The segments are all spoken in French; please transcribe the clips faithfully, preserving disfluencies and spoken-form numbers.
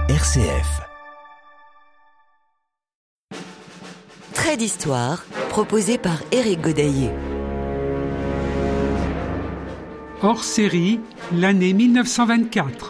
R C F. Trait d'histoire, proposé par Éric Godaillé. Hors série, l'année mille neuf cent vingt-quatre.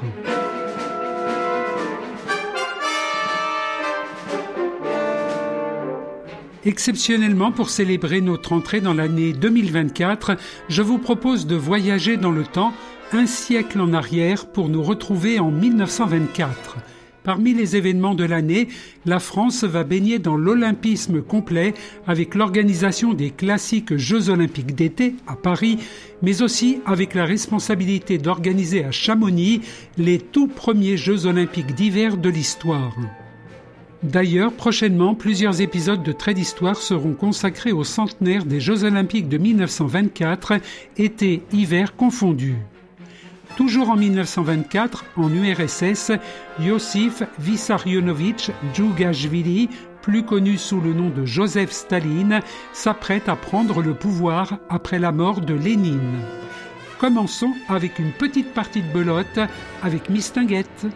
Exceptionnellement, pour célébrer notre entrée dans l'année deux mille vingt-quatre, je vous propose de voyager dans le temps un siècle en arrière pour nous retrouver en mille neuf cent vingt-quatre. Parmi les événements de l'année, la France va baigner dans l'olympisme complet avec l'organisation des classiques Jeux olympiques d'été à Paris, mais aussi avec la responsabilité d'organiser à Chamonix les tout premiers Jeux olympiques d'hiver de l'histoire. D'ailleurs, prochainement, plusieurs épisodes de Trait d'histoire seront consacrés au centenaire des Jeux olympiques de mille neuf cent vingt-quatre, été-hiver confondus. Toujours en mille neuf cent vingt-quatre, en U R S S, Iosif Vissarionovitch Djougashvili, plus connu sous le nom de Joseph Staline, s'apprête à prendre le pouvoir après la mort de Lénine. Commençons avec une petite partie de belote avec Mistinguett.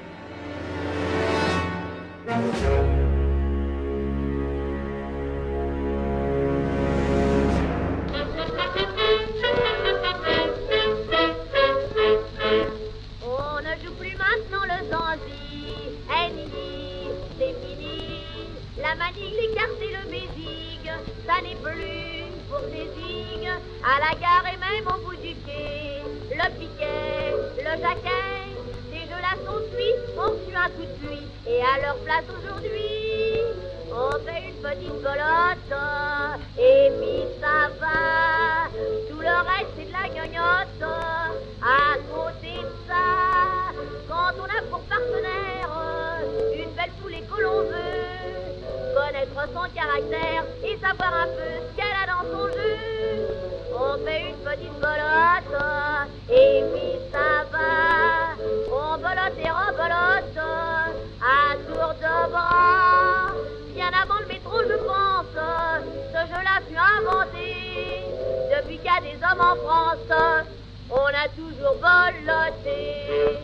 La manille, les cartes et le bézigue, ça n'est plus pour des zigues. À la gare et même au bout du quai, le piquet, le jaquet, ces jeux-là sont suisses, ont reçu un coup de pluie. Et à leur place aujourd'hui, on fait une petite golotte, et puis ça va. Tout le reste c'est de la gnognotte. À côté de ça, quand on a pour partenaire une belle poule que l'on veut, connaître son caractère et savoir un peu ce qu'elle a dans son jeu, on fait une petite bolotte, et puis ça va. On bolotte et rebolotte à tour de bras. Bien avant le métro, je pense, ce jeu-là fut inventé. Depuis qu'il y a des hommes en France, on a toujours bolotté.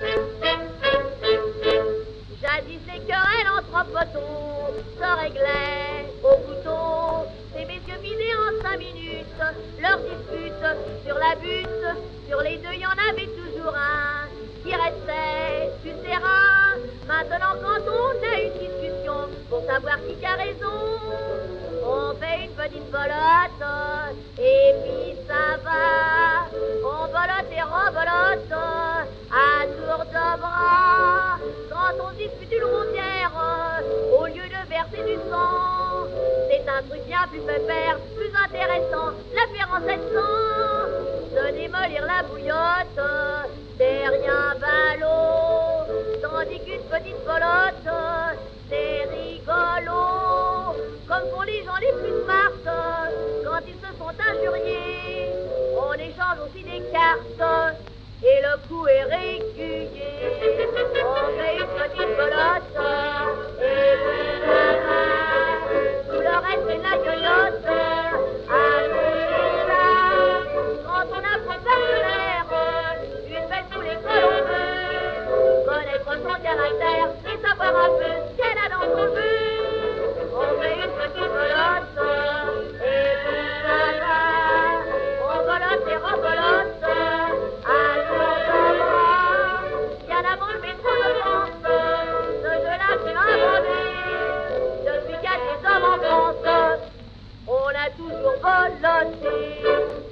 Jadis les querelles entre poteaux se réglaient au couteau. Ces messieurs visaient en cinq minutes leur dispute sur la butte. Sur les deux, y en avait toujours un qui restait sur terrain. Maintenant, quand on a une discussion pour savoir qui a raison, on fait une petite bolotte, et puis ça va. On bolotte et rebolotte à tour de bras. Quand on dispute une rondière, au lieu de verser du sang, c'est un truc bien plus pépère, plus intéressant, la faire en sept cents. Se démolir la bouillotte, c'est rien ballot, tandis qu'une petite bolotte, c'est rigolo. Comme pour les gens les plus smart, quand ils se sont injuriés, on échange aussi des cartes, et le coup est régulier. On fait une petite bolotte, et puis ça va. Tout le reste c'est de la gnognotte. À côté de ça, quand on a pour partenaire une belle poule et que l'on veut, connaître son caractère et savoir un peu ce qu'elle a dans son jeu, on fait une petite bolotte, et puis ça va. On bolotte et rebolotte à tour de bras. Bien avant le métro de France, ce jeu-là fut inventé. Depuis qu'il y a des hommes en France, on a toujours bolotté.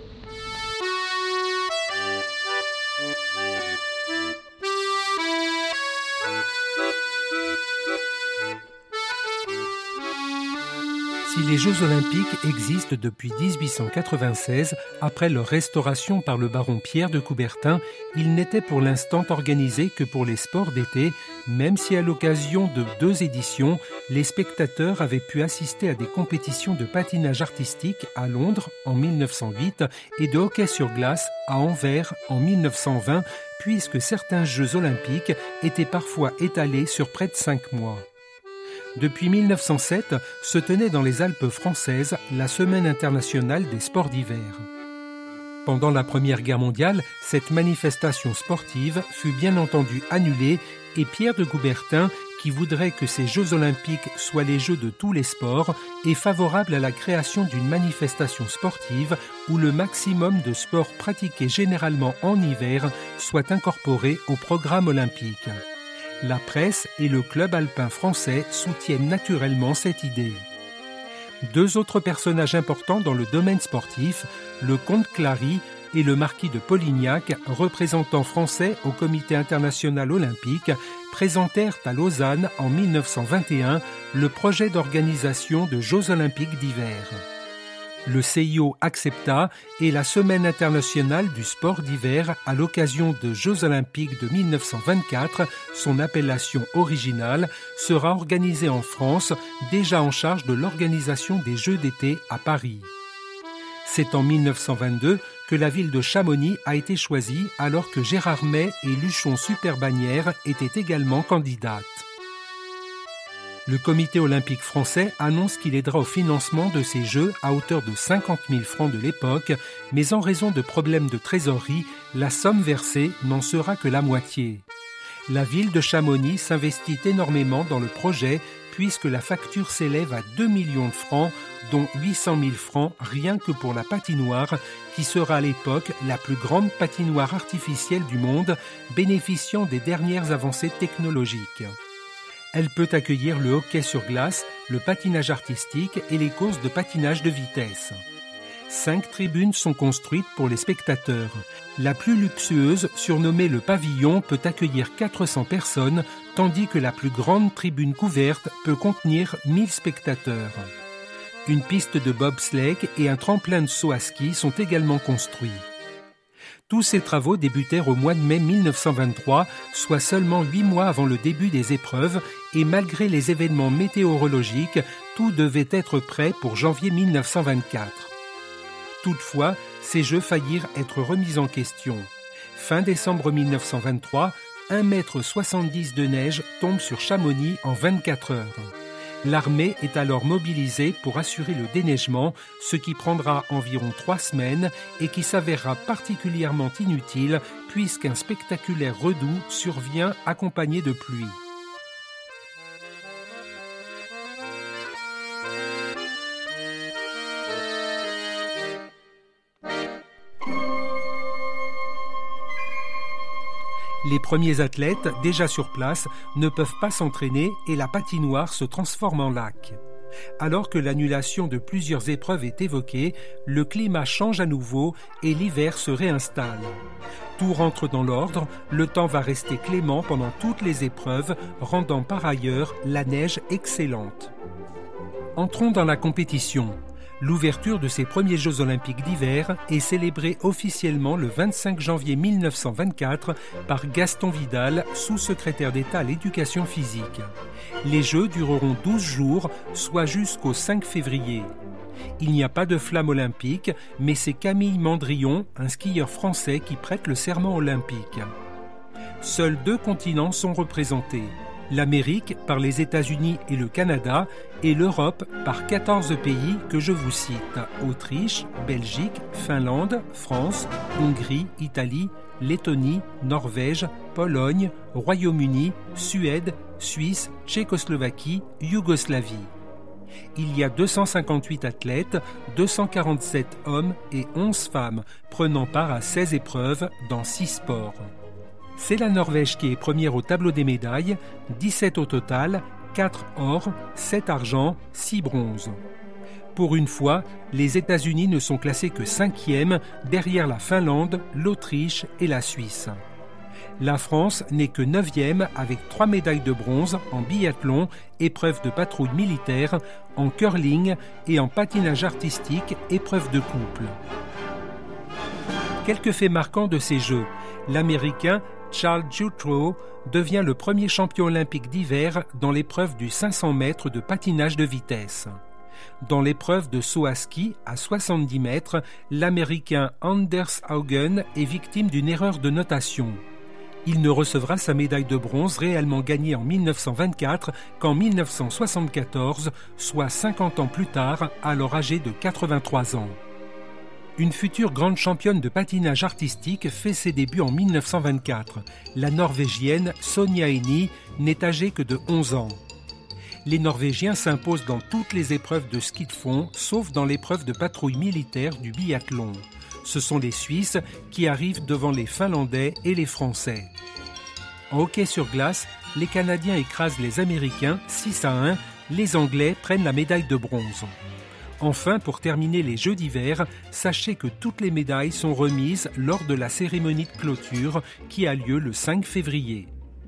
Si les Jeux olympiques existent depuis dix-huit cent quatre-vingt-seize, après leur restauration par le baron Pierre de Coubertin, ils n'étaient pour l'instant organisés que pour les sports d'été, même si à l'occasion de deux éditions, les spectateurs avaient pu assister à des compétitions de patinage artistique à Londres en mille neuf cent huit et de hockey sur glace à Anvers en mille neuf cent vingt, puisque certains Jeux olympiques étaient parfois étalés sur près de cinq mois. Depuis mille neuf cent sept, se tenait dans les Alpes françaises la Semaine internationale des sports d'hiver. Pendant la Première Guerre mondiale, cette manifestation sportive fut bien entendu annulée et Pierre de Coubertin, qui voudrait que ces Jeux olympiques soient les Jeux de tous les sports, est favorable à la création d'une manifestation sportive où le maximum de sports pratiqués généralement en hiver soit incorporé au programme olympique. La presse et le club alpin français soutiennent naturellement cette idée. Deux autres personnages importants dans le domaine sportif, le comte Clary et le marquis de Polignac, représentants français au Comité international olympique, présentèrent à Lausanne en mille neuf cent vingt et un le projet d'organisation de Jeux olympiques d'hiver. Le C I O accepta et la Semaine internationale du sport d'hiver à l'occasion de Jeux olympiques de mille neuf cent vingt-quatre, son appellation originale, sera organisée en France, déjà en charge de l'organisation des Jeux d'été à Paris. C'est en mille neuf cent vingt-deux que la ville de Chamonix a été choisie alors que Gérard May et Luchon Superbannière étaient également candidates. Le Comité olympique français annonce qu'il aidera au financement de ces Jeux à hauteur de cinquante mille francs de l'époque, mais en raison de problèmes de trésorerie, la somme versée n'en sera que la moitié. La ville de Chamonix s'investit énormément dans le projet puisque la facture s'élève à deux millions de francs, dont huit cent mille francs rien que pour la patinoire, qui sera à l'époque la plus grande patinoire artificielle du monde, bénéficiant des dernières avancées technologiques. Elle peut accueillir le hockey sur glace, le patinage artistique et les courses de patinage de vitesse. Cinq tribunes sont construites pour les spectateurs. La plus luxueuse, surnommée le pavillon, peut accueillir quatre cents personnes, tandis que la plus grande tribune couverte peut contenir mille spectateurs. Une piste de bobsleigh et un tremplin de saut à ski sont également construits. Tous ces travaux débutèrent au mois de mai mille neuf cent vingt-trois, soit seulement huit mois avant le début des épreuves, et malgré les événements météorologiques, tout devait être prêt pour janvier mille neuf cent vingt-quatre. Toutefois, ces Jeux faillirent être remis en question. Fin décembre mille neuf cent vingt-trois, un mètre soixante-dix de neige tombe sur Chamonix en vingt-quatre heures. L'armée est alors mobilisée pour assurer le déneigement, ce qui prendra environ trois semaines et qui s'avérera particulièrement inutile puisqu'un spectaculaire redout survient accompagné de pluie. Les premiers athlètes, déjà sur place, ne peuvent pas s'entraîner et la patinoire se transforme en lac. Alors que l'annulation de plusieurs épreuves est évoquée, le climat change à nouveau et l'hiver se réinstalle. Tout rentre dans l'ordre, le temps va rester clément pendant toutes les épreuves, rendant par ailleurs la neige excellente. Entrons dans la compétition. L'ouverture de ces premiers Jeux olympiques d'hiver est célébrée officiellement le vingt-cinq janvier mille neuf cent vingt-quatre par Gaston Vidal, sous-secrétaire d'État à l'éducation physique. Les Jeux dureront douze jours, soit jusqu'au cinq février. Il n'y a pas de flamme olympique, mais c'est Camille Mandrillon, un skieur français, qui prête le serment olympique. Seuls deux continents sont représentés. L'Amérique par les États-Unis et le Canada, et l'Europe par quatorze pays que je vous cite: Autriche, Belgique, Finlande, France, Hongrie, Italie, Lettonie, Norvège, Pologne, Royaume-Uni, Suède, Suisse, Tchécoslovaquie, Yougoslavie. Il y a deux cent cinquante-huit athlètes, deux cent quarante-sept hommes et onze femmes, prenant part à seize épreuves dans six sports. C'est la Norvège qui est première au tableau des médailles, dix-sept au total, quatre or, sept argent, six bronzes. Pour une fois, les États-Unis ne sont classés que cinquième, derrière la Finlande, l'Autriche et la Suisse. La France n'est que neuvième avec trois médailles de bronze en biathlon, épreuve de patrouille militaire, en curling et en patinage artistique, épreuve de couple. Quelques faits marquants de ces Jeux. L'Américain Charles Jutrow devient le premier champion olympique d'hiver dans l'épreuve du cinq cents mètres de patinage de vitesse. Dans l'épreuve de saut à ski à soixante-dix mètres, l'Américain Anders Haugen est victime d'une erreur de notation. Il ne recevra sa médaille de bronze réellement gagnée en mille neuf cent vingt-quatre qu'en mille neuf cent soixante-quatorze, soit cinquante ans plus tard, alors âgé de quatre-vingt-trois ans. Une future grande championne de patinage artistique fait ses débuts en mille neuf cent vingt-quatre. La Norvégienne Sonja Henie n'est âgée que de onze ans. Les Norvégiens s'imposent dans toutes les épreuves de ski de fond, sauf dans l'épreuve de patrouille militaire du biathlon. Ce sont les Suisses qui arrivent devant les Finlandais et les Français. En hockey sur glace, les Canadiens écrasent les Américains six à un, les Anglais prennent la médaille de bronze. Enfin, pour terminer les Jeux d'hiver, sachez que toutes les médailles sont remises lors de la cérémonie de clôture qui a lieu le cinq février.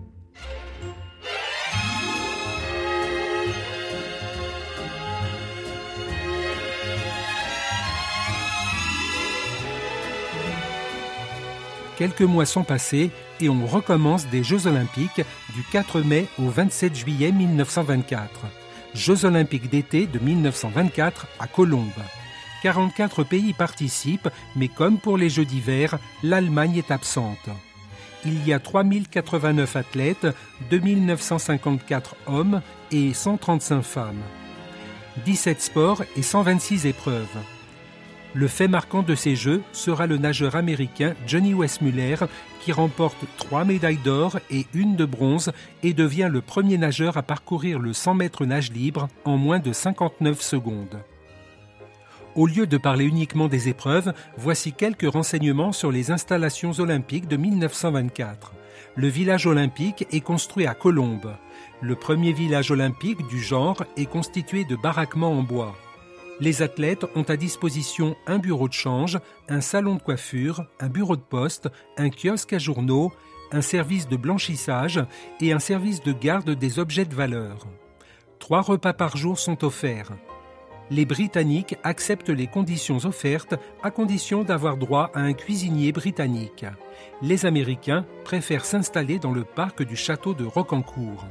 Quelques mois sont passés et on recommence des Jeux Olympiques du quatre mai au vingt-sept juillet mille neuf cent vingt-quatre. Jeux Olympiques d'été de mille neuf cent vingt-quatre à Colombes. quarante-quatre pays participent, mais comme pour les Jeux d'hiver, l'Allemagne est absente. Il y a trois mille quatre-vingt-neuf athlètes, deux mille neuf cent cinquante-quatre hommes et cent trente-cinq femmes. dix-sept sports et cent vingt-six épreuves. Le fait marquant de ces Jeux sera le nageur américain Johnny Weissmuller qui remporte trois médailles d'or et une de bronze et devient le premier nageur à parcourir le cent mètres nage libre en moins de cinquante-neuf secondes. Au lieu de parler uniquement des épreuves, voici quelques renseignements sur les installations olympiques de mille neuf cent vingt-quatre. Le village olympique est construit à Colombes. Le premier village olympique du genre est constitué de baraquements en bois. Les athlètes ont à disposition un bureau de change, un salon de coiffure, un bureau de poste, un kiosque à journaux, un service de blanchissage et un service de garde des objets de valeur. Trois repas par jour sont offerts. Les Britanniques acceptent les conditions offertes à condition d'avoir droit à un cuisinier britannique. Les Américains préfèrent s'installer dans le parc du château de Rocancourt.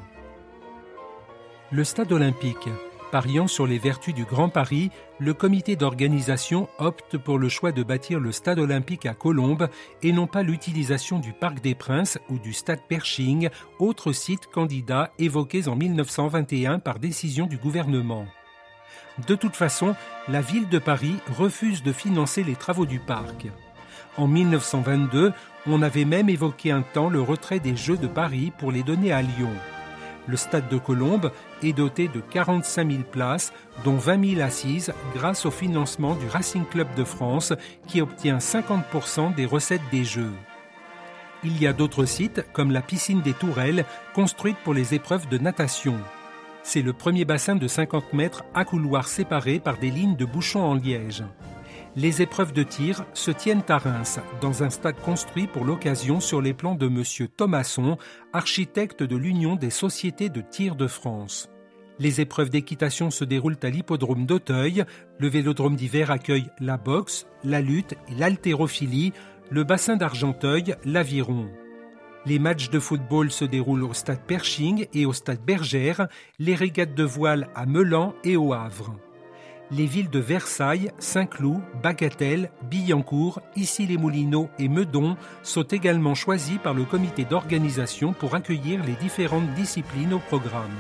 Le stade olympique. Pariant sur les vertus du Grand Paris, le comité d'organisation opte pour le choix de bâtir le stade olympique à Colombes et non pas l'utilisation du Parc des Princes ou du stade Pershing, autres sites candidats évoqués en mille neuf cent vingt et un par décision du gouvernement. De toute façon, la ville de Paris refuse de financer les travaux du parc. En mille neuf cent vingt-deux, on avait même évoqué un temps le retrait des Jeux de Paris pour les donner à Lyon. Le stade de Colombes est doté de quarante-cinq mille places, dont vingt mille assises grâce au financement du Racing Club de France qui obtient cinquante pour cent des recettes des Jeux. Il y a d'autres sites comme la piscine des Tourelles construite pour les épreuves de natation. C'est le premier bassin de cinquante mètres à couloirs séparés par des lignes de bouchons en liège. Les épreuves de tir se tiennent à Reims, dans un stade construit pour l'occasion sur les plans de M. Thomasson, architecte de l'Union des sociétés de tir de France. Les épreuves d'équitation se déroulent à l'hippodrome d'Auteuil. Le vélodrome d'hiver accueille la boxe, la lutte et l'haltérophilie, le bassin d'Argenteuil, l'aviron. Les matchs de football se déroulent au stade Pershing et au stade Bergère, les régates de voile à Meulan et au Havre. Les villes de Versailles, Saint-Cloud, Bagatelle, Billancourt, Issy-les-Moulineaux et Meudon sont également choisis par le comité d'organisation pour accueillir les différentes disciplines au programme.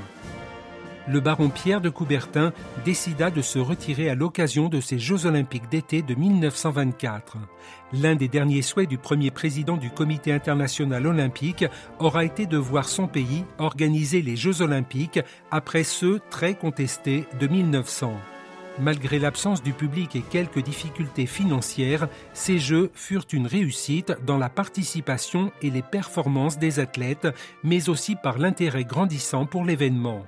Le baron Pierre de Coubertin décida de se retirer à l'occasion de ces Jeux olympiques d'été de mille neuf cent vingt-quatre. L'un des derniers souhaits du premier président du Comité international olympique aura été de voir son pays organiser les Jeux olympiques après ceux très contestés de mille neuf cents. Malgré l'absence du public et quelques difficultés financières, ces Jeux furent une réussite dans la participation et les performances des athlètes, mais aussi par l'intérêt grandissant pour l'événement.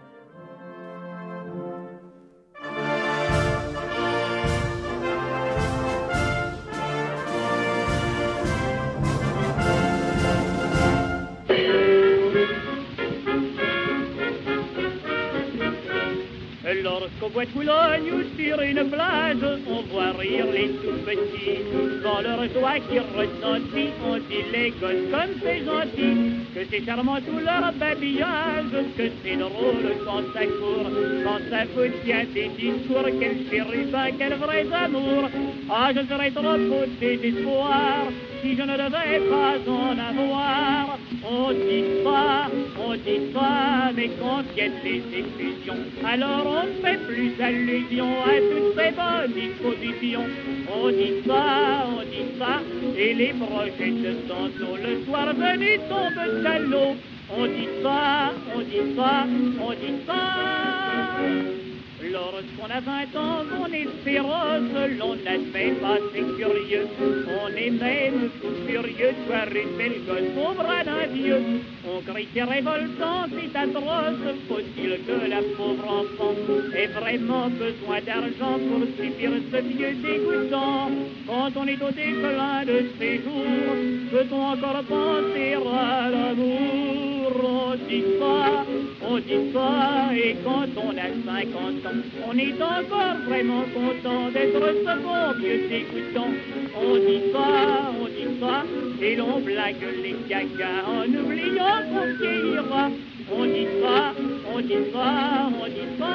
Lorsqu'au bois de Boulogne ou sur une plage, on voit rire les tout-petits. Dans leur joie qui retentit, on dit les gosses comme c'est gentil. Que c'est charmant tout leur babillage, que c'est drôle quand ça court. Quand ça fout bien des discours, quel chérubin, quel vrai amour. Ah, je serais trop beau désespoir si je ne devais pas en avoir. On dit pas, on dit ça, mais quand viennent les effusions, alors on ne fait plus allusion à toutes ces bonnes dispositions. On dit ça, on dit ça, et les brochettes de tantôt le soir venu tombent à l'eau. On dit ça, on dit ça, on dit ça. Lorsqu'on a vingt ans, on est féroce, l'on n'admet pas, c'est curieux. On est même tout furieux de voir une belle gosse au bras d'un vieux. On crie c'est révoltant, c'est atroce, faut-il que la pauvre enfant ait vraiment besoin d'argent pour subir ce vieux dégoûtant? Quand on est au déclin de ses jours, peut-on encore penser à l'amour? On dit ça, on dit ça, et quand on a cinquante ans, on est encore vraiment content d'être ce bon vieux dégoûtant. On dit ça, on dit ça, et l'on blague les gagas en oubliant qu'on vieillira. On dit ça, on dit ça, on dit ça.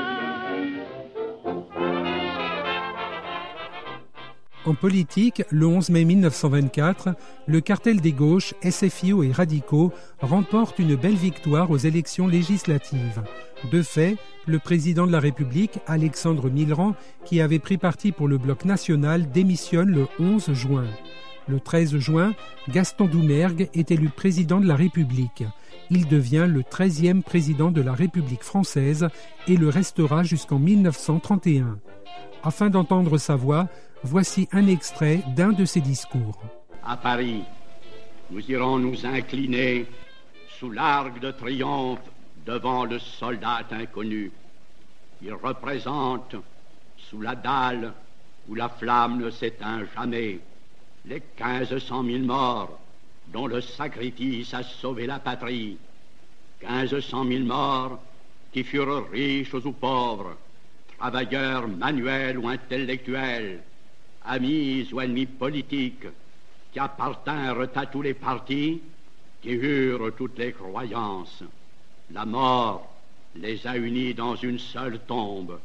En politique, le onze mai mille neuf cent vingt-quatre, le cartel des gauches, S F I O et radicaux remporte une belle victoire aux élections législatives. De fait, le président de la République, Alexandre Millerand, qui avait pris parti pour le bloc national, démissionne le onze juin. Le treize juin, Gaston Doumergue est élu président de la République. Il devient le treizième président de la République française et le restera jusqu'en mille neuf cent trente et un. Afin d'entendre sa voix, voici un extrait d'un de ses discours. À Paris, nous irons nous incliner sous l'arc de triomphe devant le soldat inconnu. Il représente, sous la dalle où la flamme ne s'éteint jamais, les quinze cent mille morts dont le sacrifice a sauvé la patrie. Quinze cent mille morts qui furent riches ou pauvres, travailleurs manuels ou intellectuels, amis ou ennemis politiques, qui appartinrent à tous les partis, qui eurent toutes les croyances. La mort les a unis dans une seule tombe.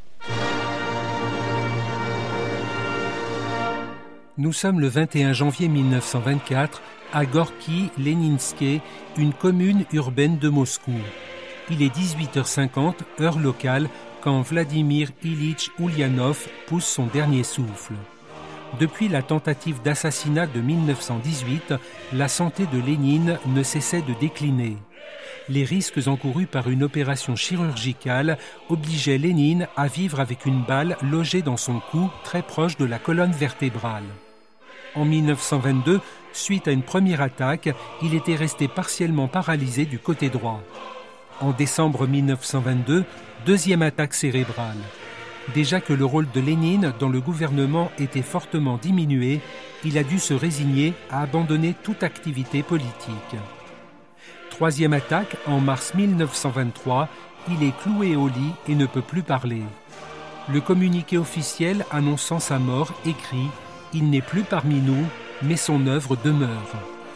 Nous sommes le vingt et un janvier mille neuf cent vingt-quatre à Gorki Leninske, une commune urbaine de Moscou. Il est dix-huit heures cinquante, heure locale, quand Vladimir Ilitch Ulyanov pousse son dernier souffle. Depuis la tentative d'assassinat de mille neuf cent dix-huit, la santé de Lénine ne cessait de décliner. Les risques encourus par une opération chirurgicale obligeaient Lénine à vivre avec une balle logée dans son cou très proche de la colonne vertébrale. En mille neuf cent vingt-deux, suite à une première attaque, il était resté partiellement paralysé du côté droit. En décembre mille neuf cent vingt-deux, deuxième attaque cérébrale. Déjà que le rôle de Lénine dans le gouvernement était fortement diminué, il a dû se résigner à abandonner toute activité politique. Troisième attaque, en mars mille neuf cent vingt-trois, il est cloué au lit et ne peut plus parler. Le communiqué officiel annonçant sa mort écrit « Il n'est plus parmi nous, mais son œuvre demeure ».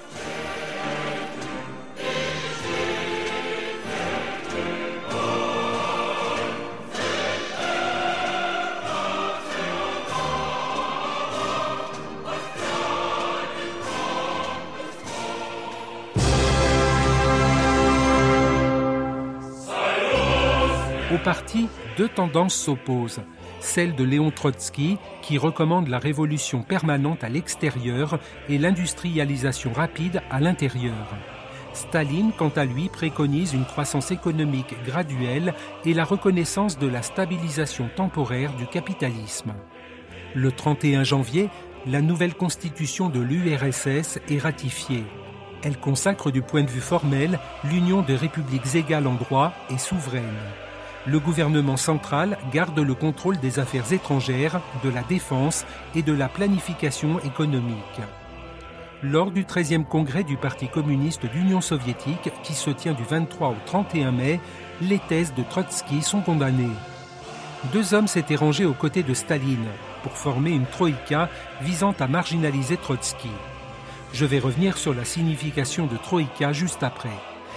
Au parti, deux tendances s'opposent. Celle de Léon Trotsky, qui recommande la révolution permanente à l'extérieur et l'industrialisation rapide à l'intérieur. Staline, quant à lui, préconise une croissance économique graduelle et la reconnaissance de la stabilisation temporaire du capitalisme. Le trente et un janvier, la nouvelle constitution de l'U R S S est ratifiée. Elle consacre du point de vue formel l'union de républiques égales en droit et souveraines. Le gouvernement central garde le contrôle des affaires étrangères, de la défense et de la planification économique. Lors du treizième congrès du Parti communiste d'Union soviétique, qui se tient du vingt-trois au trente et un mai, les thèses de Trotsky sont condamnées. Deux hommes s'étaient rangés aux côtés de Staline pour former une troïka visant à marginaliser Trotsky. Je vais revenir sur la signification de troïka juste après.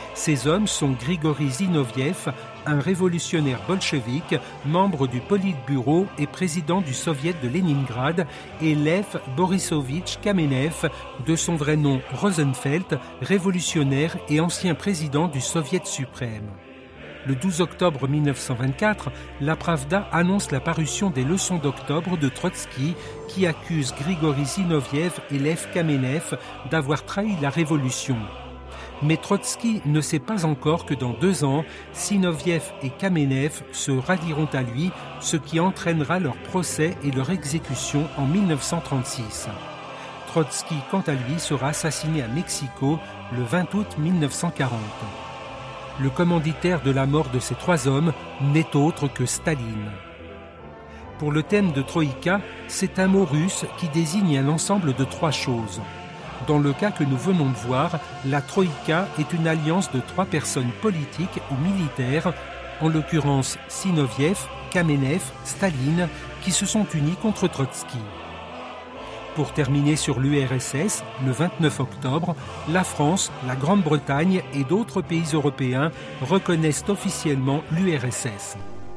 Ces hommes sont Grigori Zinoviev, un révolutionnaire bolchevique, membre du Politburo et président du Soviet de Leningrad, et Lev Borisovitch Kamenev, de son vrai nom Rosenfeld, révolutionnaire et ancien président du Soviet suprême. Le douze octobre mille neuf cent vingt-quatre, la Pravda annonce la parution des leçons d'octobre de Trotsky qui accuse Grigori Zinoviev et Lev Kamenev d'avoir trahi la révolution. Mais Trotsky ne sait pas encore que dans deux ans, Zinoviev et Kamenev se rallieront à lui, ce qui entraînera leur procès et leur exécution en mille neuf cent trente-six. Trotsky, quant à lui, sera assassiné à Mexico le vingt août mille neuf cent quarante. Le commanditaire de la mort de ces trois hommes n'est autre que Staline. Pour le thème de Troïka, c'est un mot russe qui désigne un ensemble de trois choses. Dans le cas que nous venons de voir, la Troïka est une alliance de trois personnes politiques ou militaires, en l'occurrence Zinoviev, Kamenev, Staline, qui se sont unis contre Trotsky. Pour terminer sur l'U R S S, le vingt-neuf octobre, la France, la Grande-Bretagne et d'autres pays européens reconnaissent officiellement l'U R S S.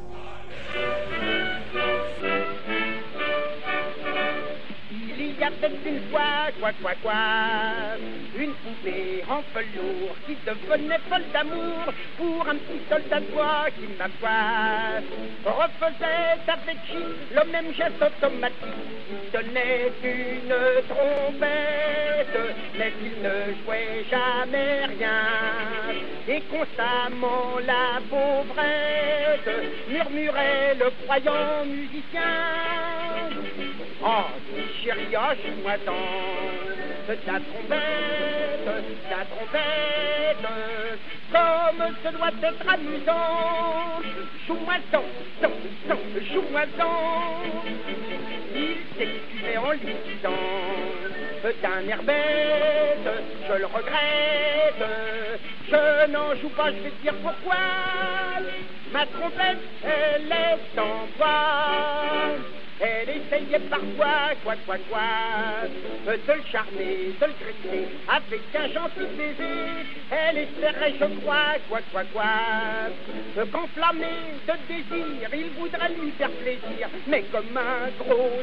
Il y avait une fois, quoi, quoi, quoi, une poupée en velours qui devenait folle d'amour pour un petit soldat de bois qui, ma foi, refaisait avec qui le même geste automatique. Il donnait une trompette, mais il ne jouait jamais rien. Et constamment la pauvrette murmurait le croyant musicien. Oh, chérie, oh, joue-moi-t'en ta trompette, ta trompette, comme ce doit être amusant. Joue-moi-t'en, t'en, t'en, joue-moi-t'en. Il s'excusait en lui disant d'un air bête, je le regrette, je n'en joue pas, je vais te dire pourquoi. Ma trompette, elle est en bois. Elle essayait parfois, quoi, quoi, quoi, de le charmer, de le dresser, avec un gentil baiser. Elle espérait, je crois, quoi, quoi, quoi, qu'enflammé de désir, il voudrait lui faire plaisir. Mais comme un gros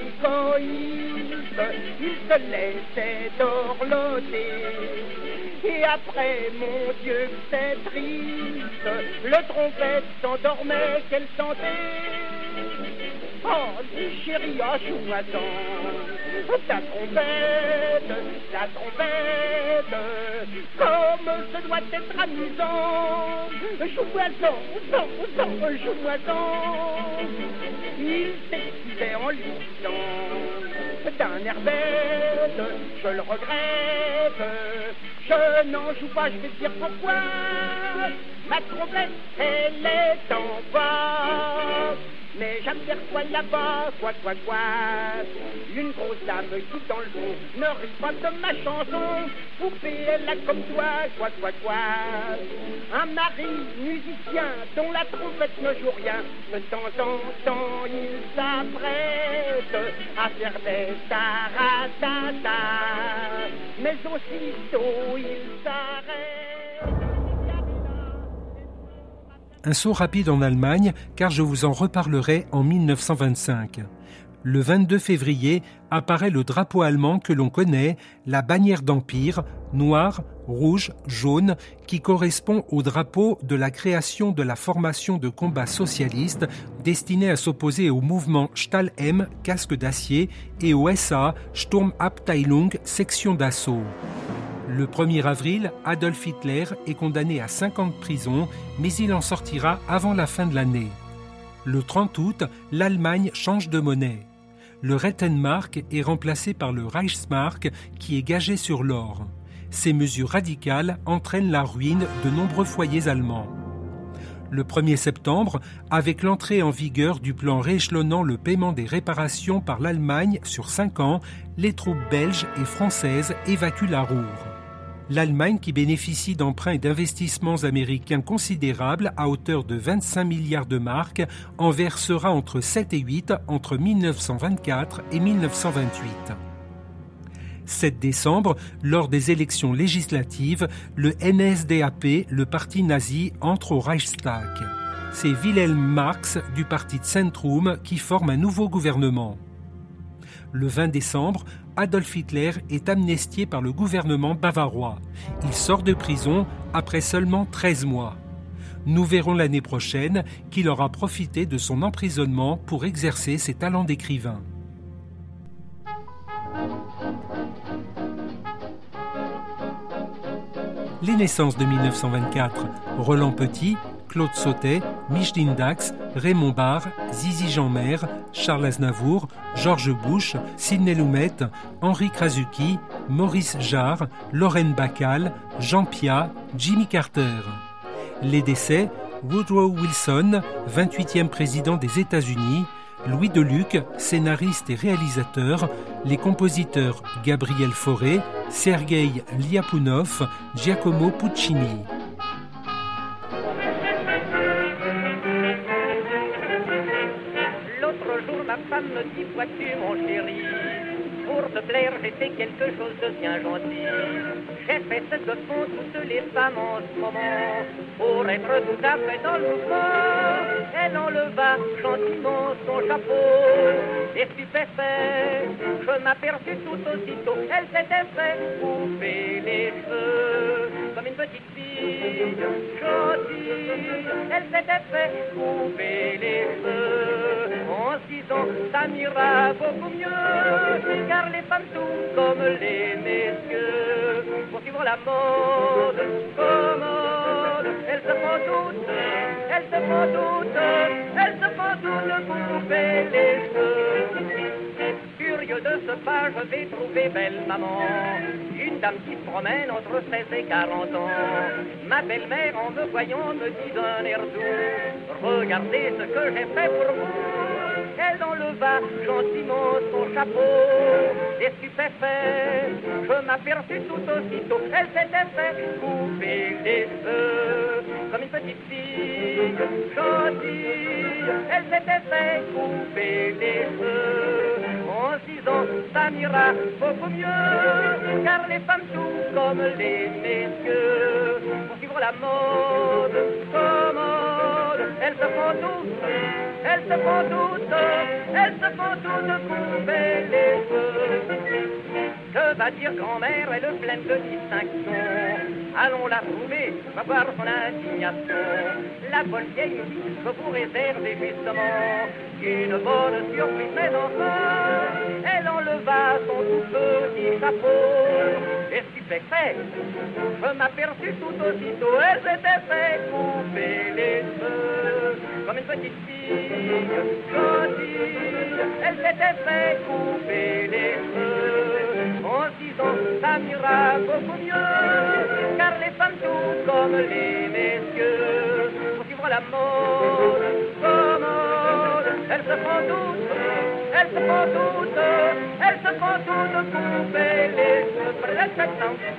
égoïste, il se laissait dorloter. Et après, mon Dieu, c'est triste, le trompette s'endormait, qu'elle sentait. Oh, dis chérie, oh, joue-moi-t'en ta trompette, ta trompette, comme ce doit être amusant. Joue-moi-t'en, t'en, t'en, joue-moi-t'en. Il s'excusait en lui disant d'un air bête, je le regrette, je n'en joue pas, je vais te dire pourquoi. Ma trompette, elle est en bas. Mais j'aperçois là-bas, quoi, quoi, quoi, une grosse dame qui dans le fond ne rit pas de ma chanson. Poupée, elle a comme toi, quoi, quoi, quoi, un mari musicien dont la trompette ne joue rien. De temps en temps, il s'apprête à faire des taratata, mais aussitôt il s'arrête. Un saut rapide en Allemagne, car je vous en reparlerai en mille neuf cent vingt-cinq. Le vingt-deux février apparaît le drapeau allemand que l'on connaît, la bannière d'Empire, noir, rouge, jaune, qui correspond au drapeau de la création de la formation de combat socialiste destinée à s'opposer au mouvement Stahl-M, casque d'acier, et au S A, Sturmabteilung, section d'assaut. Le premier avril, Adolf Hitler est condamné à cinq ans de prison, mais il en sortira avant la fin de l'année. Le trente août, l'Allemagne change de monnaie. Le Rentenmark est remplacé par le Reichsmark qui est gagé sur l'or. Ces mesures radicales entraînent la ruine de nombreux foyers allemands. Le premier septembre, avec l'entrée en vigueur du plan rééchelonnant le paiement des réparations par l'Allemagne sur cinq ans, les troupes belges et françaises évacuent la Ruhr. L'Allemagne, qui bénéficie d'emprunts et d'investissements américains considérables à hauteur de vingt-cinq milliards de marks, en versera entre sept et huit entre mille neuf cent vingt-quatre et mille neuf cent vingt-huit. sept décembre, lors des élections législatives, le N S D A P, le parti nazi, entre au Reichstag. C'est Wilhelm Marx du parti Zentrum qui forme un nouveau gouvernement. Le vingt décembre, Adolf Hitler est amnistié par le gouvernement bavarois. Il sort de prison après seulement treize mois. Nous verrons l'année prochaine qu'il aura profité de son emprisonnement pour exercer ses talents d'écrivain. Les naissances de mille neuf cent vingt-quatre, Roland Petit, Claude Sautet, Micheline Dax, Raymond Barre, Zizi Jeanmaire, Charles Aznavour, Georges Bush, Sidney Lumet, Henri Krasuki, Maurice Jarre, Lorraine Bacall, Jean Piat, Jimmy Carter. Les décès, Woodrow Wilson, vingt-huitième président des États-Unis, Louis Deluc, scénariste et réalisateur, les compositeurs Gabriel Fauré, Sergueï Liapunov, Giacomo Puccini. L'autre jour, ma femme me dit, vois-tu mon chéri, pour te plaire, j'ai fait quelque chose de bien gentil. J'ai fait ce que font toutes les femmes en ce moment, pour être tout à fait dans le mouvement. Elle enleva gentiment son chapeau, et stupéfait, je m'aperçus tout aussitôt, elle s'était fait couper les cheveux, comme une petite fille gentille. Elle s'était fait couper les cheveux, en six ans, ça m'ira beaucoup mieux, car les femmes sont comme les messieurs, pour suivre la mode commode, elles se font toutes, elles se font toutes, elles se font toutes couper les cheveux. Curieux de ce pas, je vais trouver belle maman, une dame qui se promène entre seize et quarante ans. Ma belle-mère, en me voyant, me dit d'un air doux, regardez ce que j'ai fait pour vous. Elle enleva gentiment son chapeau, et stupéfait, je m'aperçus tout aussitôt, elle s'était fait couper les cheveux, comme une petite fille gentille. Elle s'était fait couper les cheveux, en six ans, ça m'ira beaucoup mieux, car les femmes sont comme les messieurs, pour suivre la mode commode, elles se font toutes, elles se font toutes, elles se font toutes couper les cheveux. Que va dire grand-mère, elle est pleine de distinction, allons la trouver, va voir son indignation. La bonne vieille me dit, je vous réserve justement une bonne surprise, mes enfants. Elle enleva son tout petit chapeau, et stupéfait, je m'aperçus tout aussitôt, elle s'était fait couper les cheveux, comme une petite fille gentille. Elle s'était fait couper les cheveux, en six ans, ça m'ira beaucoup mieux, car les femmes sont comme les messieurs, pour suivre la mode commode, elles se font toutes, elles se font toutes, elles se font toutes couper les cheveux.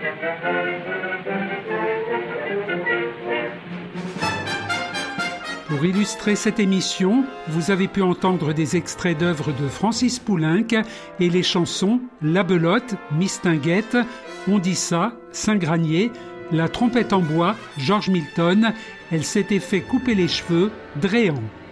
Pour illustrer cette émission, vous avez pu entendre des extraits d'œuvres de Francis Poulenc et les chansons La Belote, Mistinguett, On dit ça, Saint-Granier, La trompette en bois, George Milton, Elle s'était fait couper les cheveux, Dréan.